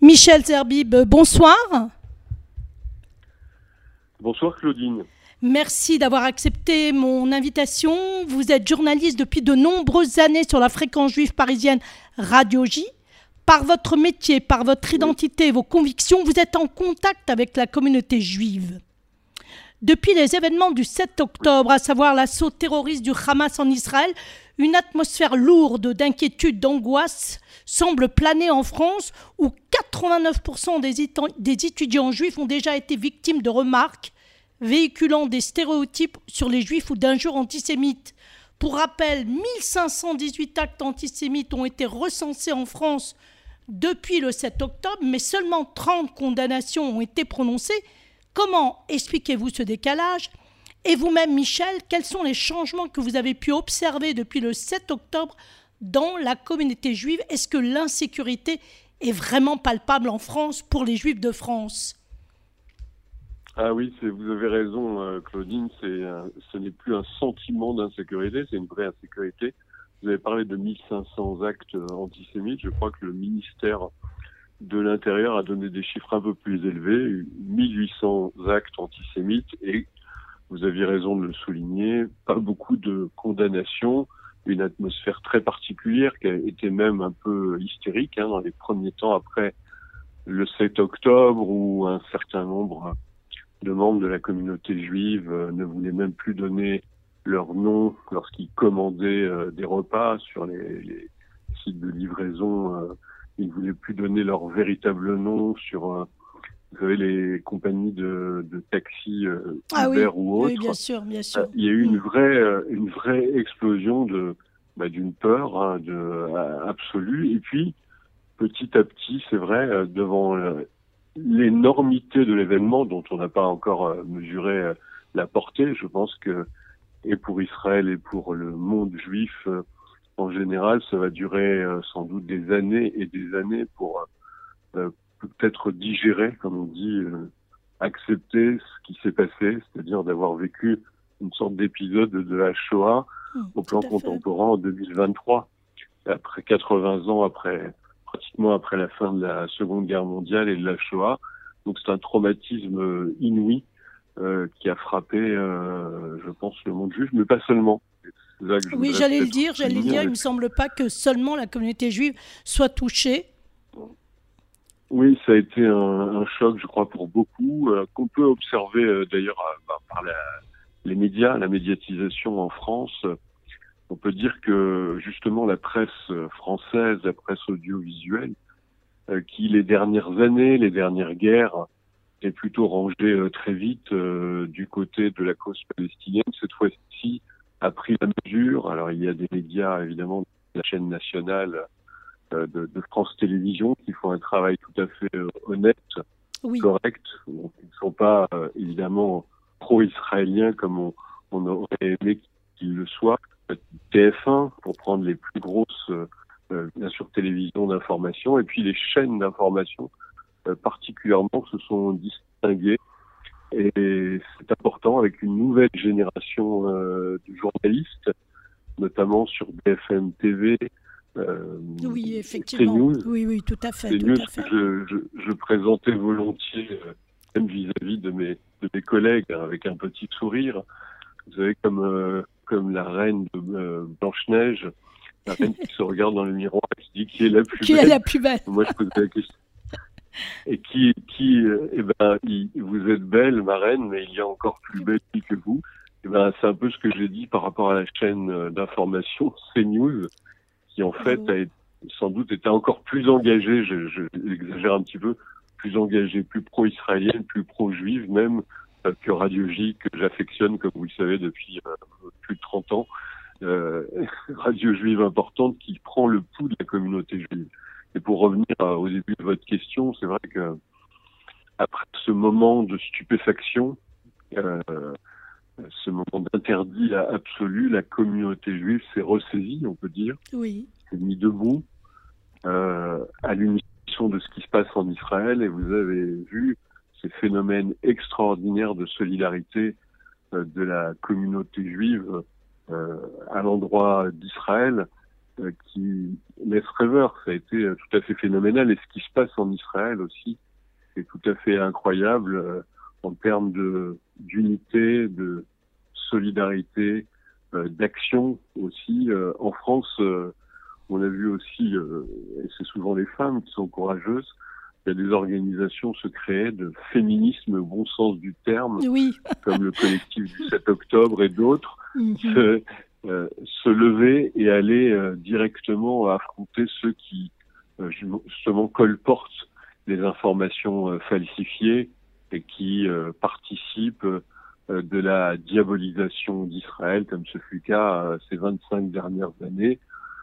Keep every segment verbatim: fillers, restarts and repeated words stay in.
Michel Zerbib, bonsoir. Bonsoir Claudine. Merci d'avoir accepté mon invitation. Vous êtes journaliste depuis de nombreuses années sur la fréquence juive parisienne Radio J. Par votre métier, par votre identité, vos convictions, vous êtes en contact avec la communauté juive. Depuis les événements du sept octobre, à savoir l'assaut terroriste du Hamas en Israël, une atmosphère lourde d'inquiétude, d'angoisse semble planer en France, où quatre-vingt-neuf pour cent des, des étudiants juifs ont déjà été victimes de remarques véhiculant des stéréotypes sur les juifs ou d'injures antisémites. Pour rappel, mille cinq cent dix-huit actes antisémites ont été recensés en France depuis le sept octobre, mais seulement trente condamnations ont été prononcées. Comment expliquez-vous ce décalage ? Et vous-même, Michel, quels sont les changements que vous avez pu observer depuis le sept octobre dans la communauté juive ? Est-ce que l'insécurité est vraiment palpable en France pour les Juifs de France ? Ah oui, c'est, vous avez raison, euh, Claudine, c'est un, ce n'est plus un sentiment d'insécurité, c'est une vraie insécurité. Vous avez parlé de mille cinq cents actes antisémites. Je crois que le ministère de l'Intérieur a donné des chiffres un peu plus élevés, mille huit cents actes antisémites, et vous aviez raison de le souligner, pas beaucoup de condamnations, une atmosphère très particulière qui a été même un peu hystérique hein, dans les premiers temps après le sept octobre, où un certain nombre de membres de la communauté juive euh, ne voulaient même plus donner leur nom lorsqu'ils commandaient euh, des repas sur les, les sites de livraison. Euh, ils ne voulaient plus donner leur véritable nom sur, euh, vous savez, les compagnies de, de taxi euh, ah Uber oui, ou autres. Oui, bien sûr, bien sûr. Euh, il y a eu une vraie, euh, une vraie explosion de, bah, d'une peur hein, de, euh, absolue. Et puis, petit à petit, c'est vrai, euh, devant euh, l'énormité de l'événement dont on n'a pas encore euh, mesuré euh, la portée, je pense que et pour Israël et pour le monde juif euh, en général, ça va durer euh, sans doute des années et des années pour euh, peut-être digérer, comme on dit, euh, accepter ce qui s'est passé, c'est-à-dire d'avoir vécu une sorte d'épisode de la Shoah mmh, au plan contemporain en deux mille vingt-trois, après quatre-vingts ans après pratiquement après la fin de la Seconde Guerre mondiale et de la Shoah. Donc c'est un traumatisme inouï euh, qui a frappé, euh, je pense, le monde juif, mais pas seulement. Oui, j'allais le dire, j'allais le dire. Mais... Il me semble pas que seulement la communauté juive soit touchée. Oui, ça a été un, un choc, je crois, pour beaucoup, euh, qu'on peut observer euh, d'ailleurs euh, par la, les médias, la médiatisation en France. On peut dire que justement la presse française, la presse audiovisuelle, euh, qui les dernières années, les dernières guerres, est plutôt rangée euh, très vite euh, du côté de la cause palestinienne, cette fois-ci a pris la mesure. Alors il y a des médias évidemment, la chaîne nationale euh, de, de France Télévisions qui font un travail tout à fait euh, honnête, oui. correct. Donc, ils ne sont pas euh, évidemment pro-israéliens comme on, on aurait aimé qu'ils le soient. T F un pour prendre les plus grosses, euh, bien sûr, télévisions d'information, et puis les chaînes d'information euh, particulièrement se sont distinguées. Et c'est important avec une nouvelle génération euh, de journalistes, notamment sur B F M T V, euh, oui, effectivement. CNews. Oui, oui, tout à fait. CNews tout à fait. que je, je, je présentais volontiers, euh, même vis-à-vis de mes, de mes collègues, hein, avec un petit sourire. Vous savez, comme euh, comme la reine de euh, Blanche-Neige, la reine qui se regarde dans le miroir et qui dit qui est la plus qui belle. Qui est la plus belle. Moi, je posais la question. Et qui, qui, euh, eh ben, il, vous êtes belle, ma reine, mais il y a encore plus belle que vous. Eh ben, c'est un peu ce que j'ai dit par rapport à la chaîne d'information CNews, qui en fait a été, sans doute été encore plus engagée, je, je, j'exagère un petit peu, plus engagée, plus pro-israélienne, plus pro-juive même, euh, que Radio J, que j'affectionne, comme vous le savez, depuis euh, plus de trente ans. Euh, radio juive importante qui prend le pouls de la communauté juive. Et pour revenir euh, au début de votre question, c'est vrai que après ce moment de stupéfaction, euh, ce moment d'interdit absolu, la communauté juive s'est ressaisie, on peut dire, oui. s'est mise debout euh, à l'unisson de ce qui se passe en Israël. Et vous avez vu ces phénomènes extraordinaires de solidarité euh, de la communauté juive euh, à l'endroit d'Israël. euh, qui laisse rêveur. Ça a été euh, tout à fait phénoménal. Et ce qui se passe en Israël aussi est tout à fait incroyable euh, en termes de d'unité, de solidarité, euh, d'action aussi. Euh, en France, euh, on a vu aussi, euh, et c'est souvent les femmes qui sont courageuses, il y a des organisations se créer de féminisme au bon sens du terme, oui. comme le collectif du sept octobre et d'autres, Mm-hmm. se, euh, se lever et aller euh, directement affronter ceux qui euh, justement colportent les informations euh, falsifiées et qui euh, participent euh, de la diabolisation d'Israël, comme ce fut le cas euh, ces vingt-cinq dernières années.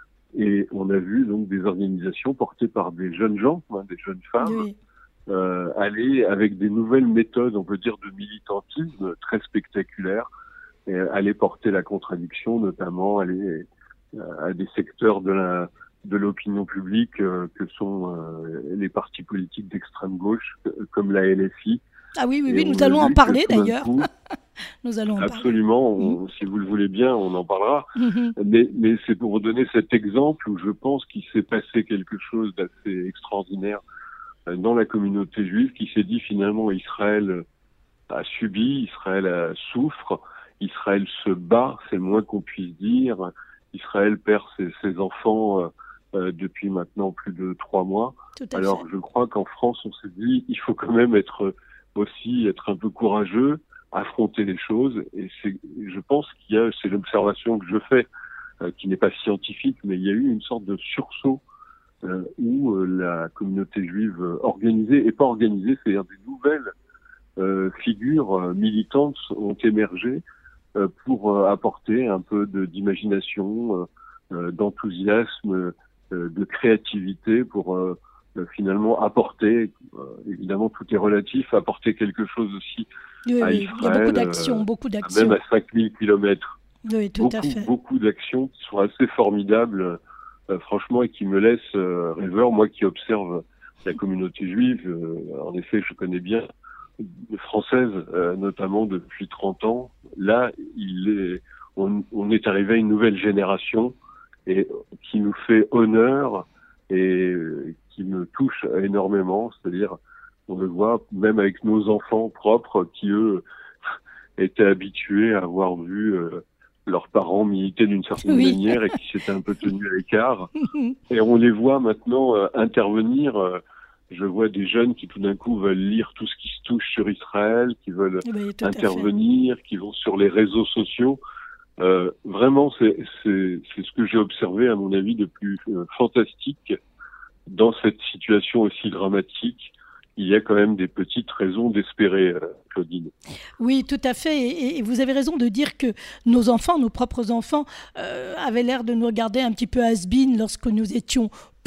Et on a vu donc des organisations portées par des jeunes gens, hein, des jeunes femmes, Oui. euh, aller avec des nouvelles méthodes, on peut dire, de militantisme très spectaculaires, et aller porter la contradiction, notamment aller euh, à des secteurs de la de l'opinion publique euh, que sont euh, les partis politiques d'extrême gauche, comme la L F I. Ah oui, oui, Et oui, nous a allons en vu parler que tout d'un d'ailleurs. coup, Nous allons en absolument, parler. on, si vous le voulez bien, on en parlera. Mm-hmm. Mais, mais c'est pour vous donner cet exemple où je pense qu'il s'est passé quelque chose d'assez extraordinaire dans la communauté juive, qui s'est dit finalement Israël a subi, Israël a souffre, Israël se bat, c'est le moins qu'on puisse dire. Israël perd ses, ses enfants euh, euh, depuis maintenant plus de trois mois. Tout à Alors fait. je crois qu'en France, on s'est dit il faut quand même être aussi être un peu courageux, affronter les choses. Et c'est, je pense qu'il y a, c'est l'observation que je fais, euh, qui n'est pas scientifique, mais il y a eu une sorte de sursaut euh, où euh, la communauté juive euh, organisée et pas organisée, c'est-à-dire des nouvelles euh, figures euh, militantes ont émergé euh, pour euh, apporter un peu de, d'imagination, euh, euh, d'enthousiasme, euh, de créativité pour euh, euh, finalement apporter, euh, évidemment tout est relatif, apporter quelque chose aussi Oui, à oui. Israël, Il y a beaucoup d'actions, euh, beaucoup d'actions. même à cinq mille kilomètres. Oui, tout Beaucoup, à fait. beaucoup d'actions qui sont assez formidables, euh, franchement, et qui me laissent euh, rêveur. Moi qui observe la communauté juive, euh, en effet, je connais bien, française, euh, notamment depuis trente ans. Là, il est, on, on est arrivé à une nouvelle génération et qui nous fait honneur et euh, qui me touche énormément. C'est-à-dire, on le voit même avec nos enfants propres qui, eux, étaient habitués à avoir vu euh, leurs parents militer d'une certaine Oui. manière et qui s'étaient un peu tenus à l'écart. Et on les voit maintenant euh, intervenir. Euh, je vois des jeunes qui tout d'un coup veulent lire tout ce qui se touche sur Israël, qui veulent Oui, tout à fait. intervenir, qui vont sur les réseaux sociaux. Euh, vraiment, c'est, c'est, c'est ce que j'ai observé, à mon avis, de plus euh, fantastique dans cette situation aussi dramatique. Il y a quand même des petites raisons d'espérer, euh, Claudine. Oui, tout à fait. Et, et vous avez raison de dire que nos enfants, nos propres enfants, euh, avaient l'air de nous regarder un petit peu has-been lorsque nous étions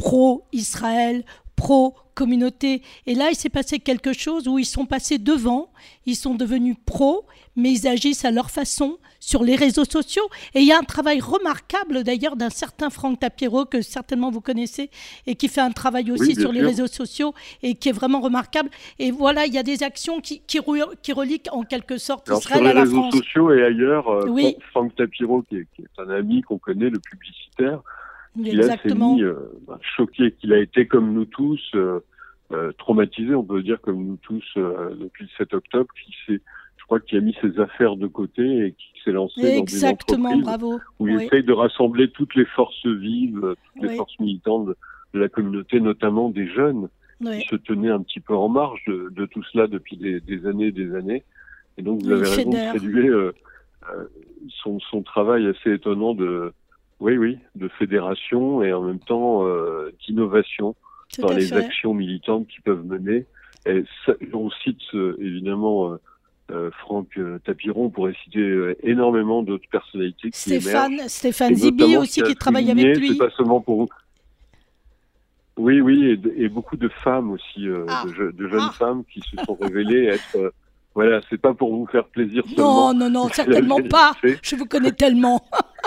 pro-Israël, pro-communauté. Et là, il s'est passé quelque chose où ils sont passés devant, ils sont devenus pro, mais ils agissent à leur façon sur les réseaux sociaux. Et il y a un travail remarquable d'ailleurs d'un certain Franck Tapiro, que certainement vous connaissez, et qui fait un travail aussi Oui, bien sur les sûr. réseaux sociaux et qui est vraiment remarquable. Et voilà, il y a des actions qui, qui, qui relient en quelque sorte Alors, Israël sur les à la réseaux France. sociaux et ailleurs, euh, Oui. Franck Tapiro, qui est, qui est un ami qu'on connaît, le publicitaire, Oui, qui là s'est exactement. mis euh, choqué, qu'il a été comme nous tous, euh, euh, traumatisé, on peut dire comme nous tous, euh, depuis le sept octobre, qui s'est, je crois qu'il a mis ses affaires de côté et qui s'est lancé Exactement, dans des entreprises bravo. où il Oui. essaye de rassembler toutes les forces vives, toutes les Oui. forces militantes de, de la communauté, notamment des jeunes, Oui. qui se tenaient un petit peu en marge de, de tout cela depuis des, des années et des années. Et donc vous Oui, avez raison de fédère. saluer euh, euh, son, son travail assez étonnant de, oui, oui, de fédération et en même temps euh, d'innovation Tout dans à les fait. actions militantes qu'ils peuvent mener. Et ça, on cite euh, évidemment euh, euh, Franck euh, Tapiron, on pourrait citer euh, énormément d'autres personnalités qui Stéphane, émergent. Stéphane Et Zibi notamment, ce aussi qu'il y a qui à travaille souligner, avec lui. c'est pas seulement pour vous. Oui, oui, et, et beaucoup de femmes aussi, euh, Ah. de, je, de jeunes Ah. femmes qui se sont révélées être. Euh, voilà, c'est pas pour vous faire plaisir seulement. Non, non, non, c'est la certainement pas. vérité. Je vous connais tellement.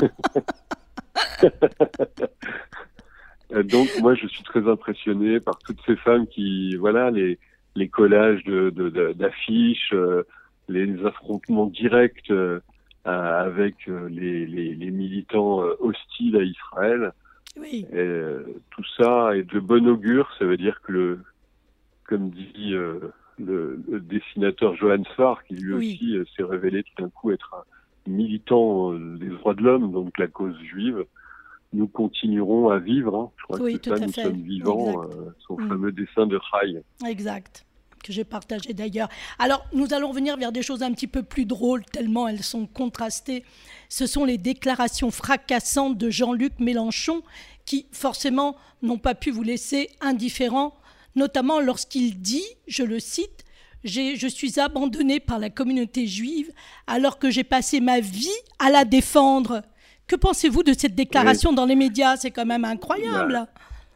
Euh, Donc moi je suis très impressionné par toutes ces femmes qui, voilà, les les collages de, de, de- d'affiches, euh, les affrontements directs euh, avec euh, les, les, les militants euh, hostiles à Israël. Oui. Et, euh, tout ça est de bon augure. Ça veut dire que, le, comme dit euh, le, le dessinateur Johann Sfar, qui lui Oui. aussi euh, s'est révélé tout d'un coup être un militant euh, des droits de l'homme, donc la cause juive, nous continuerons à vivre. Hein. Je crois Oui, que tout c'est ça, à nous fait. sommes vivants. Exact. Euh, son Mm. fameux dessin de Haï. Exact. Que j'ai partagé d'ailleurs. Alors, nous allons revenir vers des choses un petit peu plus drôles, tellement elles sont contrastées. Ce sont les déclarations fracassantes de Jean-Luc Mélenchon, qui forcément n'ont pas pu vous laisser indifférent, notamment lorsqu'il dit, je le cite, J'ai, je suis abandonné par la communauté juive alors que j'ai passé ma vie à la défendre. Que pensez-vous de cette déclaration Oui. dans les médias? C'est quand même incroyable. Bah,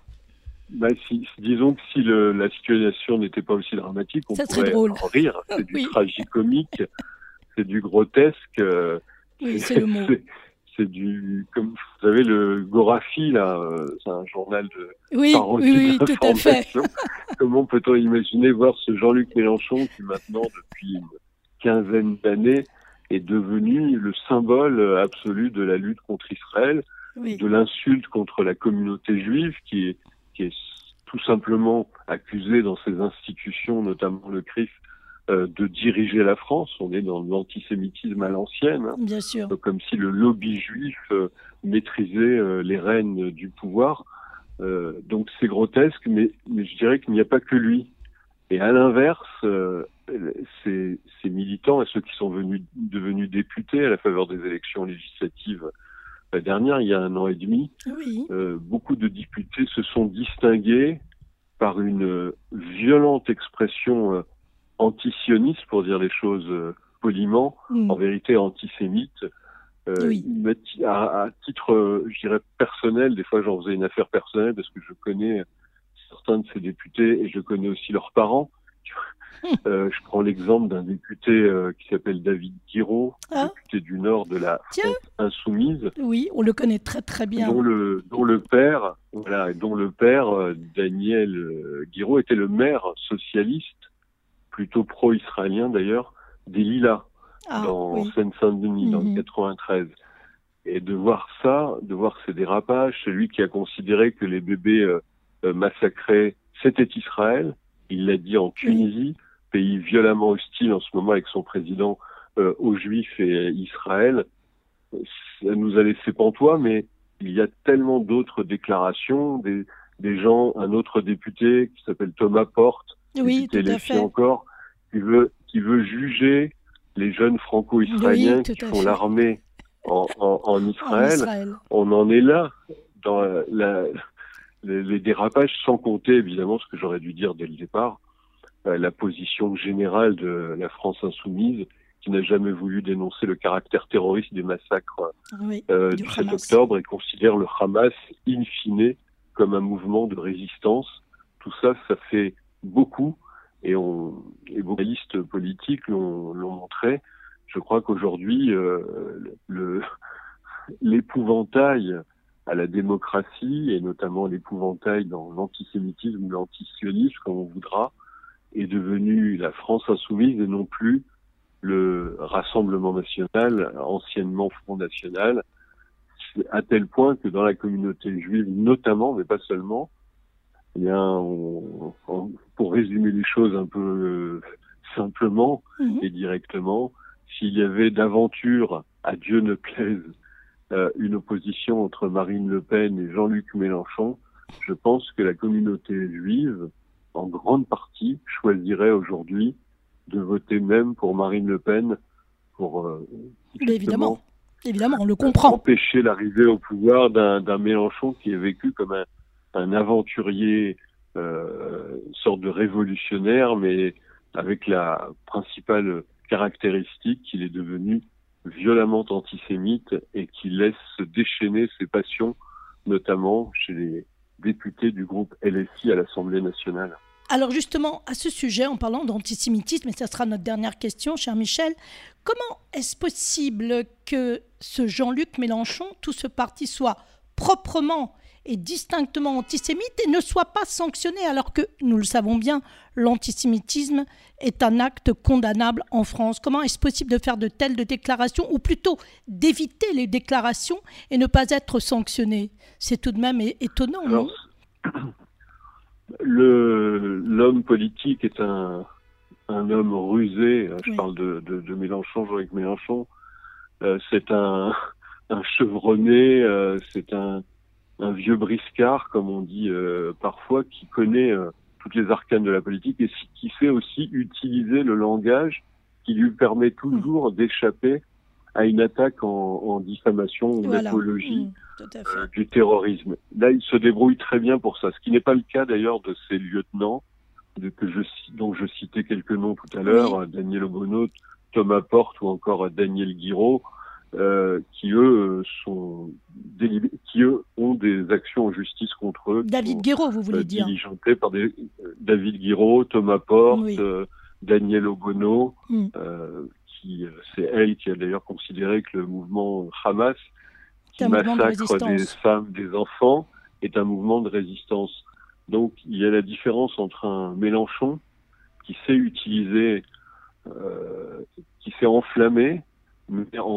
bah, si, disons que si le, la situation n'était pas aussi dramatique, on Ça serait pourrait drôle. en rire. C'est du Oui. tragicomique, c'est du grotesque. euh, Oui, c'est le mot. C'est, c'est du, comme vous savez, le Gorafi, là, euh, c'est un journal de Oui, parodie oui, oui, tout à fait. d'information. Comment peut-on imaginer voir ce Jean-Luc Mélenchon qui maintenant, depuis une quinzaine d'années, est devenu le symbole absolu de la lutte contre Israël, Oui. de l'insulte contre la communauté juive, qui est, qui est tout simplement accusée dans ses institutions, notamment le C R I F, euh, de diriger la France. On est dans l'antisémitisme à l'ancienne, hein. Bien sûr. Donc, comme si le lobby juif euh, maîtrisait euh, les rênes du pouvoir. Euh, donc c'est grotesque, mais, mais je dirais qu'il n'y a pas que lui. Et à l'inverse, euh, ces, ces militants et ceux qui sont venus, devenus députés à la faveur des élections législatives la dernière, il y a un an et demi, Oui. euh, beaucoup de députés se sont distingués par une euh, violente expression euh, antisioniste, pour dire les choses euh, poliment, Mm. en vérité antisémite. Euh, Oui. à, à titre, euh, je dirais, personnel, des fois j'en faisais une affaire personnelle parce que je connais certains de ces députés et je connais aussi leurs parents. Euh, je prends l'exemple d'un député euh, qui s'appelle David Guiraud, Ah. député du Nord de la Tiens. France insoumise, Oui, on le connaît très très bien. dont le dont le père, voilà, et dont le père euh, Daniel euh, Guiraud était le maire socialiste, plutôt pro-israélien d'ailleurs, des Lilas, Ah, dans oui. Seine-Saint-Denis, dans le Mhm. quatre-vingt-treize. Et de voir ça, de voir ces dérapages, celui qui a considéré que les bébés euh, euh, massacrés, c'était Israël, il l'a dit en Tunisie, pays violemment hostile en ce moment avec son président euh, aux Juifs et Israël. Ça nous a laissé pantois, mais il y a tellement d'autres déclarations, des, des gens, un autre député qui s'appelle Thomas Porte, Oui, député tout à L F I fait. encore, qui veut, qui veut juger les jeunes franco-israéliens Oui, tout qui à font fait. l'armée en, en, en En Israël. Israël. On en est là, dans la, la, les, les dérapages, sans compter évidemment ce que j'aurais dû dire dès le départ, euh, la position générale de la France insoumise, qui n'a jamais voulu dénoncer le caractère terroriste des massacres Oui, euh, du du sept Hamas. octobre et considère le Hamas, in fine, comme un mouvement de résistance. Tout ça, ça fait beaucoup, et, on, et beaucoup d'analystes politiques l'ont, l'ont montré. Je crois qu'aujourd'hui, euh, le, l'épouvantail à la démocratie, et notamment l'épouvantail dans l'antisémitisme ou l'antisionisme, comme on voudra, est devenu la France insoumise et non plus le Rassemblement national, anciennement Front national, à tel point que dans la communauté juive notamment, mais pas seulement, eh bien, on, on, pour résumer les choses un peu euh, simplement Mhm. et directement, s'il y avait d'aventure, à Dieu ne plaise, euh, une opposition entre Marine Le Pen et Jean-Luc Mélenchon, je pense que la communauté juive, en grande partie, choisirait aujourd'hui de voter même pour Marine Le Pen pour euh, Mais évidemment, justement évidemment, on le euh, comprend. empêcher l'arrivée au pouvoir d'un, d'un Mélenchon qui est vécu comme un, un aventurier, euh, une sorte de révolutionnaire, mais avec la principale caractéristique qu'il est devenu violemment antisémite et qui laisse se déchaîner ses passions, notamment chez les députés du groupe L F I à l'Assemblée nationale. Alors justement, à ce sujet, en parlant d'antisémitisme, et ça sera notre dernière question, cher Michel, comment est-ce possible que ce Jean-Luc Mélenchon, tout ce parti, soit proprement est distinctement antisémite et ne soit pas sanctionné, alors que, nous le savons bien, l'antisémitisme est un acte condamnable en France. Comment est-ce possible de faire de telles déclarations, ou plutôt d'éviter les déclarations et ne pas être sanctionné? C'est tout de même étonnant, non? Alors, le, l'homme politique est un, un homme rusé. Je oui. parle de, de, de Mélenchon, Jean-Luc Mélenchon. Euh, c'est un, un chevronné, euh, c'est un, un vieux briscard, comme on dit euh, parfois, qui connaît euh, toutes les arcanes de la politique et qui sait aussi utiliser le langage qui lui permet toujours mmh. d'échapper à une attaque en, en diffamation ou voilà. en apologie mmh, euh, du terrorisme. Là, il se débrouille très bien pour ça, ce qui n'est pas le cas d'ailleurs de ses lieutenants, de, que je, dont je citais quelques noms tout à l'heure, oui. Daniel Obono, Thomas Porte ou encore Daniel Guiraud, euh, qui eux sont délib- qui eux ont des actions en justice contre eux. David sont, Guiraud, vous voulez euh, dire diligentés par des euh, David Guiraud, Thomas Porte, oui. euh, Daniel Obono, mm. euh, qui c'est elle qui a d'ailleurs considéré que le mouvement Hamas, qui massacre de des femmes, des enfants, est un mouvement de résistance. Donc il y a la différence entre un Mélenchon qui sait utiliser, euh, qui s'est enflammé, mais en,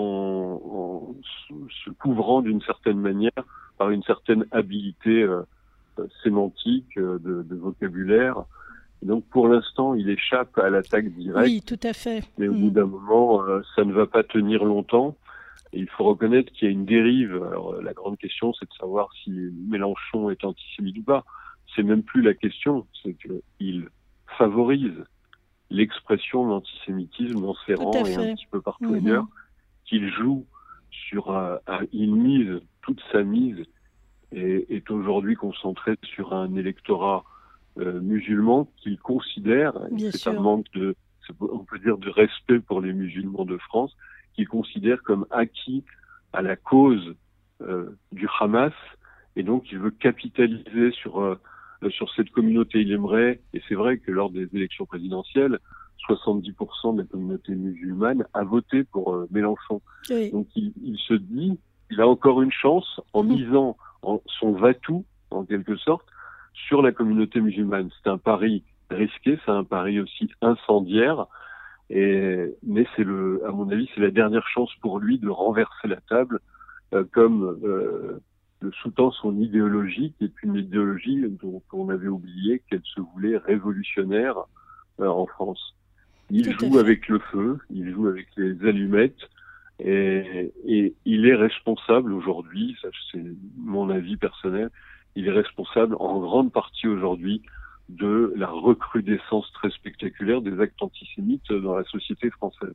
en se couvrant d'une certaine manière par une certaine habileté euh, sémantique, euh, de, de vocabulaire. Et donc pour l'instant, il échappe à l'attaque directe. Oui, tout à fait. Mais au mmh. bout d'un moment, euh, ça ne va pas tenir longtemps. Et il faut reconnaître qu'il y a une dérive. Alors la grande question, c'est de savoir si Mélenchon est antisémite ou pas. C'est même plus la question, c'est qu'il favorise l'expression de l'antisémitisme en Serran et un petit peu partout mmh. ailleurs, qu'il joue sur, euh, il mise, toute sa mise et est aujourd'hui concentrée sur un électorat euh, musulman qu'il considère, et c'est un manque de, on peut dire, de respect pour les musulmans de France, qu'il considère comme acquis à la cause euh, du Hamas, et donc il veut capitaliser sur euh, sur cette communauté. Il aimerait, et c'est vrai que lors des élections présidentielles, soixante-dix pour cent de la communauté musulmane a voté pour euh, Mélenchon. Oui. Donc il, il se dit, il a encore une chance en mmh. misant en son va-tout, en quelque sorte, sur la communauté musulmane. C'est un pari risqué, c'est un pari aussi incendiaire, et, mais c'est le, à mon avis, c'est la dernière chance pour lui de renverser la table, euh, comme euh, le sous-tend son idéologie, qui est une idéologie dont on avait oublié qu'elle se voulait révolutionnaire euh, en France. Il Tout joue avec le feu, il joue avec les allumettes, et, et il est responsable aujourd'hui, ça c'est mon avis personnel, il est responsable en grande partie aujourd'hui de la recrudescence très spectaculaire des actes antisémites dans la société française.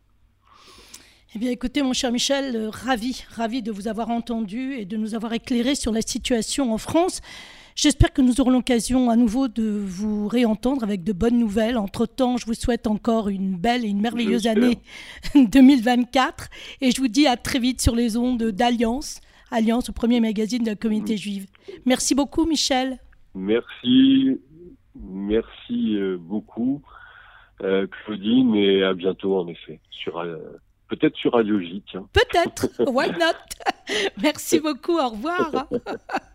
Eh bien, écoutez, mon cher Michel, euh, ravi, ravi de vous avoir entendu et de nous avoir éclairé sur la situation en France. J'espère que nous aurons l'occasion à nouveau de vous réentendre avec de bonnes nouvelles. Entre-temps, je vous souhaite encore une belle et une merveilleuse J'espère. année deux mille vingt-quatre. Et je vous dis à très vite sur les ondes d'Alliance, Alliance, au premier magazine de la communauté juive. Merci beaucoup, Michel. Merci, merci beaucoup, euh, Claudine, et à bientôt, en effet, sur... Euh... Peut-être sur Radio J, tiens. Peut-être, why not? Merci beaucoup, au revoir.